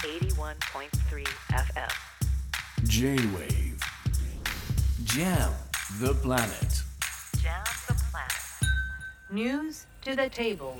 81.3 FM J-Wave Jam the planet. Jam the planet. News to the table.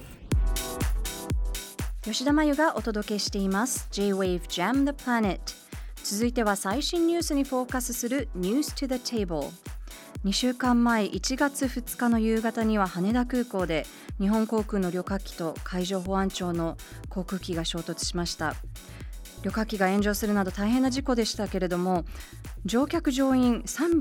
吉田真由がお届けしています J-Wave Jam the Planet。 続いては最新ニュースにフォーカスする News to the Table。 2週間前1月2日の夕方には羽田空港で日本航空の旅客機と海上保安庁の航空機が衝突しました。旅客機が炎上するなど大変な事故でしたけれども、乗客乗員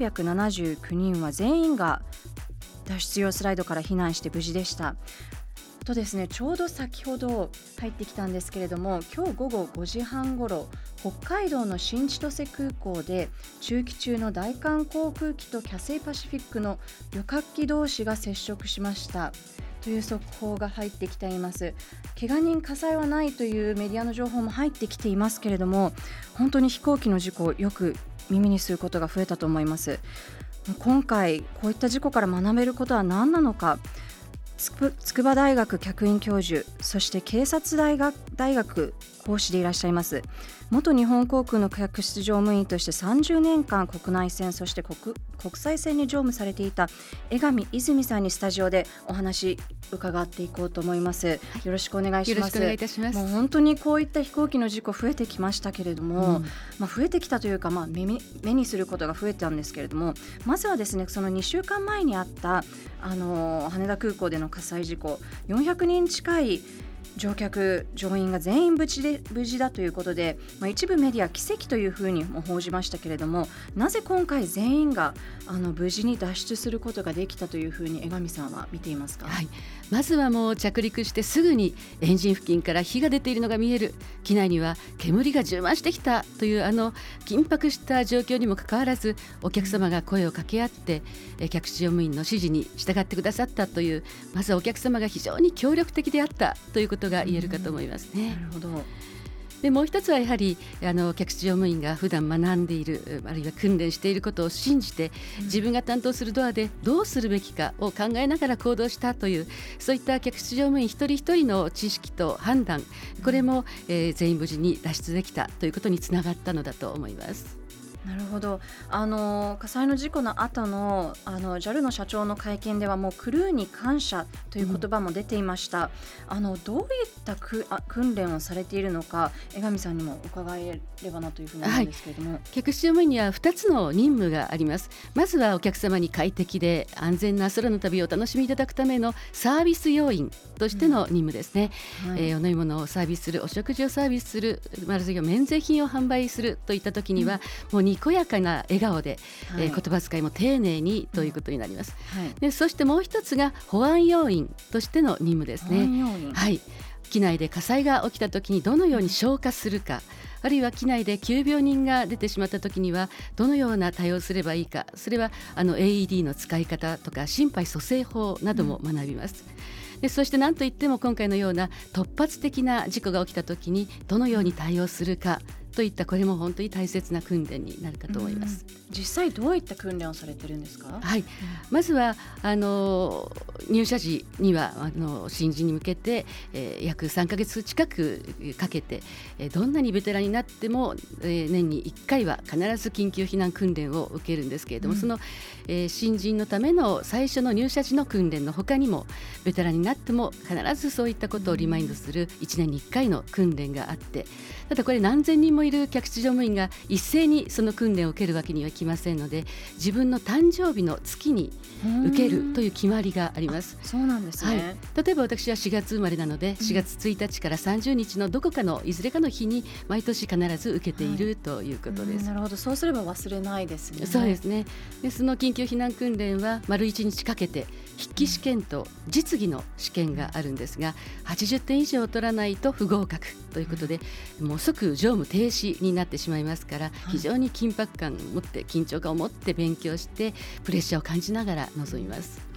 379人は全員が脱出用スライドから避難して無事でした。とですね、ちょうど先ほど入ってきたんですけれども、今日午後5時半ごろ北海道の新千歳空港で駐機中の大韓航空機とキャセイパシフィックの旅客機同士が接触しましたという速報が入ってきています。怪我人火災はないというメディアの情報も入ってきていますけれども、本当に飛行機の事故をよく耳にすることが増えたと思います。今回こういった事故から学べることは何なのか、筑波大学客員教授、そして警察大学講師でいらっしゃいます元日本航空の客室乗務員として30年間国内線そして国際線に乗務されていた江上泉さんにスタジオでお話伺っていこうと思います。よろしくお願いします。 よろしくお願いいたします。 もう本当にこういった飛行機の事故増えてきましたけれども、増えてきたというか、目にすることが増えたんですけれども、まずはですね、その2週間前にあった羽田空港での火災事故、400人近い乗客乗員が全員無事だということで、一部メディア奇跡というふうにも報じましたけれども、なぜ今回全員が無事に脱出することができたというふうに江上さんは見ていますか？ はい、まずはもう着陸してすぐにエンジン付近から火が出ているのが見える、機内には煙が充満してきたという緊迫した状況にもかかわらず、お客様が声を掛け合って客室乗務員の指示に従ってくださったという、まずはお客様が非常に協力的であったということが言えるかと思いますね。 なるほど。 でもう一つはやはり客室乗務員が普段学んでいる、あるいは訓練していることを信じて、自分が担当するドアでどうするべきかを考えながら行動したという、そういった客室乗務員一人一人の知識と判断、これも、全員無事に脱出できたということにつながったのだと思います。 なるほど。火災の事故の後のJAL の社長の会見では、もうクルーに感謝という言葉も出ていました。どういった訓練をされているのか、江上さんにも伺えればなというふうに思うんですけれども。 客室乗務員には2つの任務があります。まずはお客様に快適で安全な空の旅をお楽しみいただくためのサービス要員としての任務ですね。お飲み物をサービスする、お食事をサービスする、あるいは免税品を販売するといった時には、もうにこやかな笑顔で、言葉遣いも丁寧にということになります。でそしてもう一つが保安要員としての任務ですね。機内で火災が起きた時にどのように消火するか、あるいは機内で急病人が出てしまった時にはどのような対応すればいいか、それはAED の使い方とか心肺蘇生法なども学びます。でそして何といっても今回のような突発的な事故が起きた時にどのように対応するかといった、これも本当に大切な訓練になるかと思います。 実際どういった訓練をされてるんですか？ まずは入社時には新人に向けて、約3ヶ月近くかけて、どんなにベテランになっても、年に1回は必ず緊急避難訓練を受けるんですけれども、その、新人のための最初の入社時の訓練の他にも、ベテランになっても必ずそういったことをリマインドする1年に1回の訓練があって、ただこれ何千人もいる客室乗務員が一斉にその訓練を受けるわけにはいきませんので、自分の誕生日の月に受けるという決まりがあります。 そうなんですね。 例えば私は4月生まれなので、4月1日から30日のどこかのいずれかの日に毎年必ず受けているということです。 なるほど。そうすれば忘れないですね。 そうですね。でその緊急避難訓練は丸1日かけて筆記試験と実技の試験があるんですが、80点以上取らないと不合格ということで、もう即乗務停止になってしまいますから、非常に緊迫感を持って緊張感を持って勉強してプレッシャーを感じながら臨みます。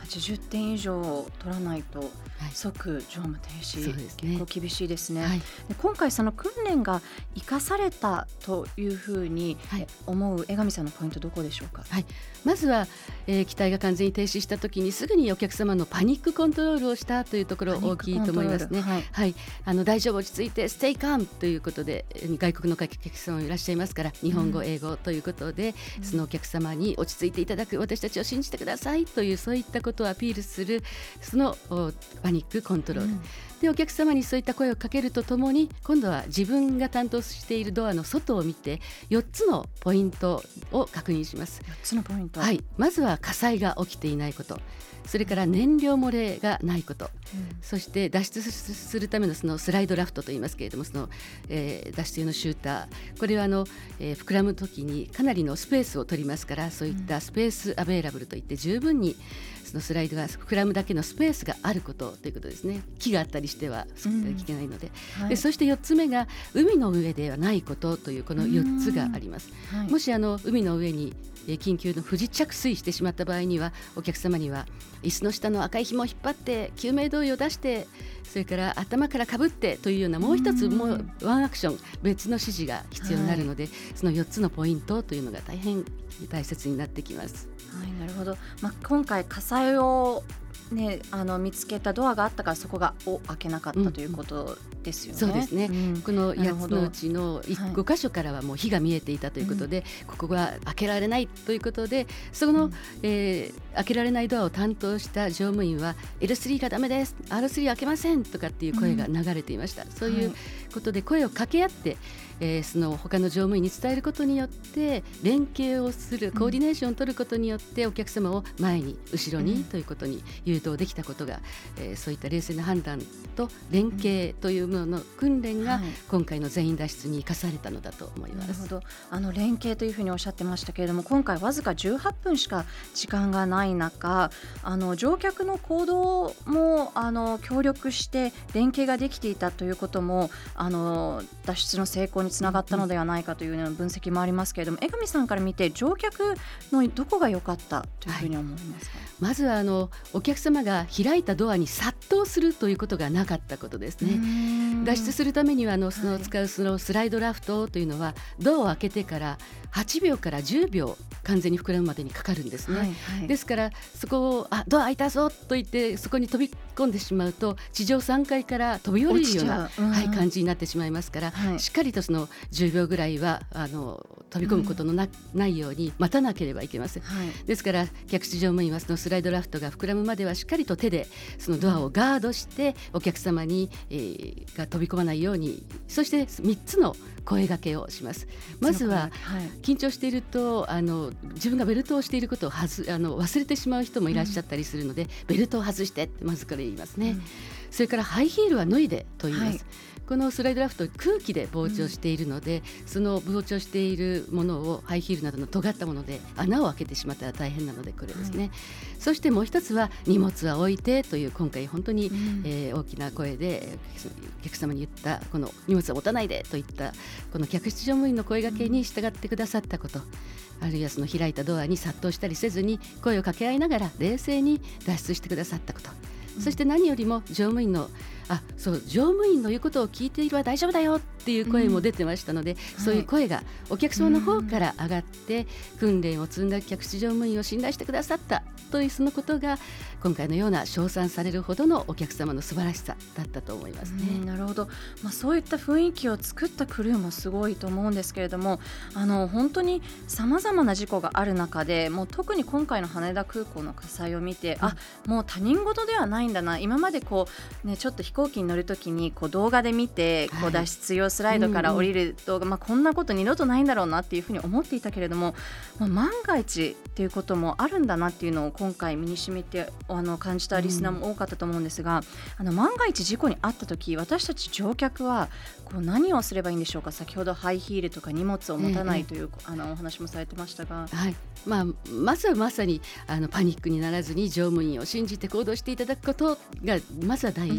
80点以上取らないと即乗務停止、 そうですね、 結構厳しいですね、 はい、 で今回その訓練が生かされたというふうに思う江上さんのポイントどこでしょうか。 はい、まずは、機体が完全に停止した時にすぐにお客様のパニックコントロールをしたというところ大きいと思いますね。 はいはい、大丈夫落ち着いてステイカームということで外国のお客様もいらっしゃいますから日本語、英語ということで、そのお客様に落ち着いていただく、私たちを信じてくださいというそういったことをアピールするそのパニックコントロール、でお客様にそういった声をかけるとともに今度は自分が担当しているドアの外を見て4つのポイントを確認します。 4つのポイント、 はい、まずは火災が起きていないこと、それから燃料漏れがないこと、そして脱出するためのそのスライドラフトといいますけれども、その、脱出用のシューター、これは膨らむ時にかなりのスペースを取りますから、そういったスペースアベイラブルといって十分にそのスライドが膨らむだけのスペースがあることということですね。木があったりしては聞けないので、でそして4つ目が海の上ではないことというこの4つがあります。もし海の上に緊急の不時着水してしまった場合にはお客様には椅子の下の赤い紐を引っ張って救命胴衣を出して、それから頭からかぶってというようなもう一つもうワンアクション別の指示が必要になるので、その4つのポイントというのが大変大切になってきます。 はい、なるほど、今回火災を見つけたドアがあったからそこが開けなかったということですよね。 そうですね、この8つのうちの5箇所からはもう火が見えていたということで、ここが開けられないということで、その、開けられないドアを担当した乗務員は L3 がダメです、 R3 開けませんとかっていう声が流れていました。そういうことで声を掛け合って、その他の乗務員に伝えることによって連携をするコーディネーションを取ることによってお客様を前に後ろにということに誘導できたことが、そういった冷静な判断と連携というものの訓練が今回の全員脱出に生かされたのだと思います。 なるほど、連携というふうにおっしゃってましたけれども、今回わずか18分しか時間がない中、乗客の行動も協力して連携ができていたということも脱出の成功につながったのではないかというような分析もありますけれども、江上さんから見て乗客のどこが良かったというふうに思いますか。 まずはお客様が開いたドアに殺到するということがなかったことですね。脱出するためにはその使うそのスライドラフトというのはドアを開けてから8秒から10秒完全に膨らむまでにかかるんですね。ですからそこをドア開いたぞと言ってそこに飛び込んでしまうと地上3階から飛び降りるような、感じになってしまいますから、しっかりとその10秒ぐらいは飛び込むことのないように待たなければいけません。ですから客室乗務員はそのスライドラフトが膨らむまではしっかりと手でそのドアをガードしてお客様に、が飛び込まないように、そして3つの声掛けをします。まずは、緊張していると自分がベルトをしていることを忘れてしまう人もいらっしゃったりするので、ベルトを外してってまずから言いますね。それからハイヒールは脱いでと言います。このスライドラフト空気で膨張しているので、その膨張しているものをハイヒールなどの尖ったもので穴を開けてしまったら大変なのでこれですね。そしてもう一つは荷物は置いてという今回本当に、大きな声でお客様に言ったこの荷物は持たないでといったこの客室乗務員の声掛けに従ってくださったこと、あるいはその開いたドアに殺到したりせずに声を掛け合いながら冷静に脱出してくださったこと、そして何よりも乗務員の乗務員の言うことを聞いていれば大丈夫だよっていう声も出てましたので、そういう声がお客様の方から上がって訓練を積んだ客室乗務員を信頼してくださったというそのことが今回のような称賛されるほどのお客様の素晴らしさだったと思いますね。 なるほど、そういった雰囲気を作ったクルーもすごいと思うんですけれども、本当にさまざまな事故がある中でもう特に今回の羽田空港の火災を見て、もう他人事ではないんだな、今までちょっと飛行機に乗るときに動画で見て脱出用スライドから降りる動画、こんなこと二度とないんだろうなっていうふうに思っていたけれども、万が一っていうこともあるんだなっていうのを今回身に染みて感じたリスナーも多かったと思うんですが、万が一事故に遭ったとき私たち乗客は何をすればいいんでしょうか。先ほどハイヒールとか荷物を持たないという、お話もされてましたが、 まずはまさにパニックにならずに乗務員を信じて行動していただくことがまずは第一義です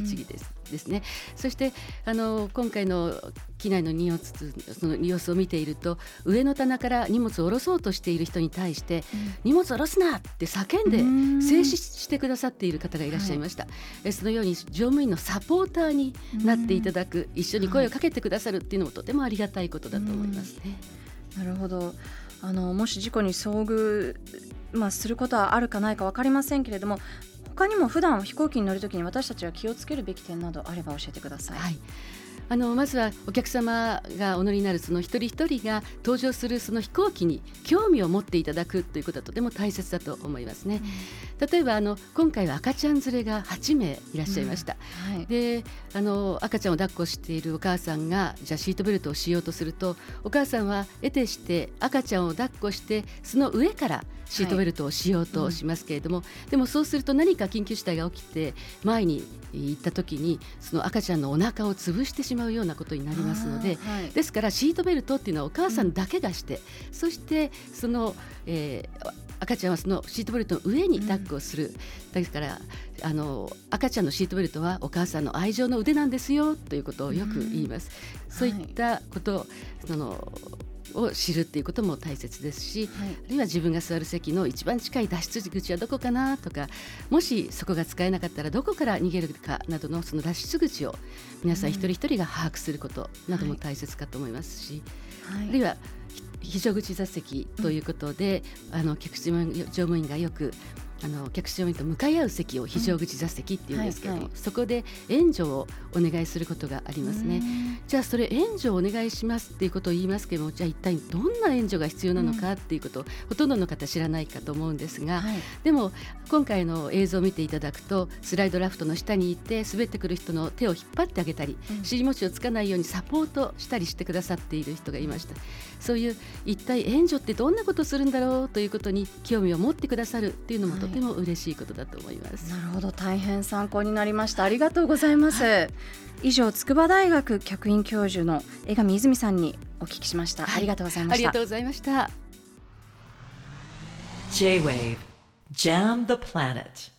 ですね。そして今回の機内のその様子を見ていると、上の棚から荷物を下ろそうとしている人に対して、荷物を下ろすなって叫んで制止してくださっている方がいらっしゃいました。そのように乗務員のサポーターになっていただく、一緒に声をかけてくださるっていうのもとてもありがたいことだと思いますね。 なるほど。もし事故に遭遇、することはあるかないか分かりませんけれども、他にも普段飛行機に乗るときに私たちは気をつけるべき点などあれば教えてください。 はい、まずはお客様がお乗りになるその一人一人が搭乗するその飛行機に興味を持っていただくということはとても大切だと思いますね。例えば今回は赤ちゃん連れが8名いらっしゃいました。で赤ちゃんを抱っこしているお母さんがじゃあシートベルトをしようとすると、お母さんは得てして赤ちゃんを抱っこしてその上からシートベルトをしようとしますけれども、でもそうすると何か緊急事態が起きて前に行った時にその赤ちゃんのお腹を潰してしまうようなことになりますので、ですからシートベルトっていうのはお母さんだけがして、そしてその、赤ちゃんはそのシートベルトの上に抱っこをする、ですから赤ちゃんのシートベルトはお母さんの愛情の腕なんですよということをよく言います。そういったことを知るっていうことも大切ですし、あるいは自分が座る席の一番近い脱出口はどこかなとか、もしそこが使えなかったらどこから逃げるかなどのその脱出口を皆さん一人一人が把握することなども大切かと思いますし、あるいは非常口座席ということで、客室乗務員がよく客室乗務員と向かい合う席を非常口座席っていうんですけども、そこで援助をお願いすることがありますね。じゃあそれ援助をお願いしますっていうことを言いますけども、じゃあ一体どんな援助が必要なのかっていうことをほとんどの方知らないかと思うんですが、でも今回の映像を見ていただくと、スライドラフトの下にいて滑ってくる人の手を引っ張ってあげたり、尻餅をつかないようにサポートしたりしてくださっている人がいました。そういう一体援助ってどんなことをするんだろうということに興味を持ってくださるっていうのもとても嬉しいことだと思います。 なるほど、大変参考になりました。ありがとうございます。以上、筑波大学客員教授の江上泉さんにお聞きしました。ありがとうございました。 ありがとうございました。 J-Wave Jam the Planet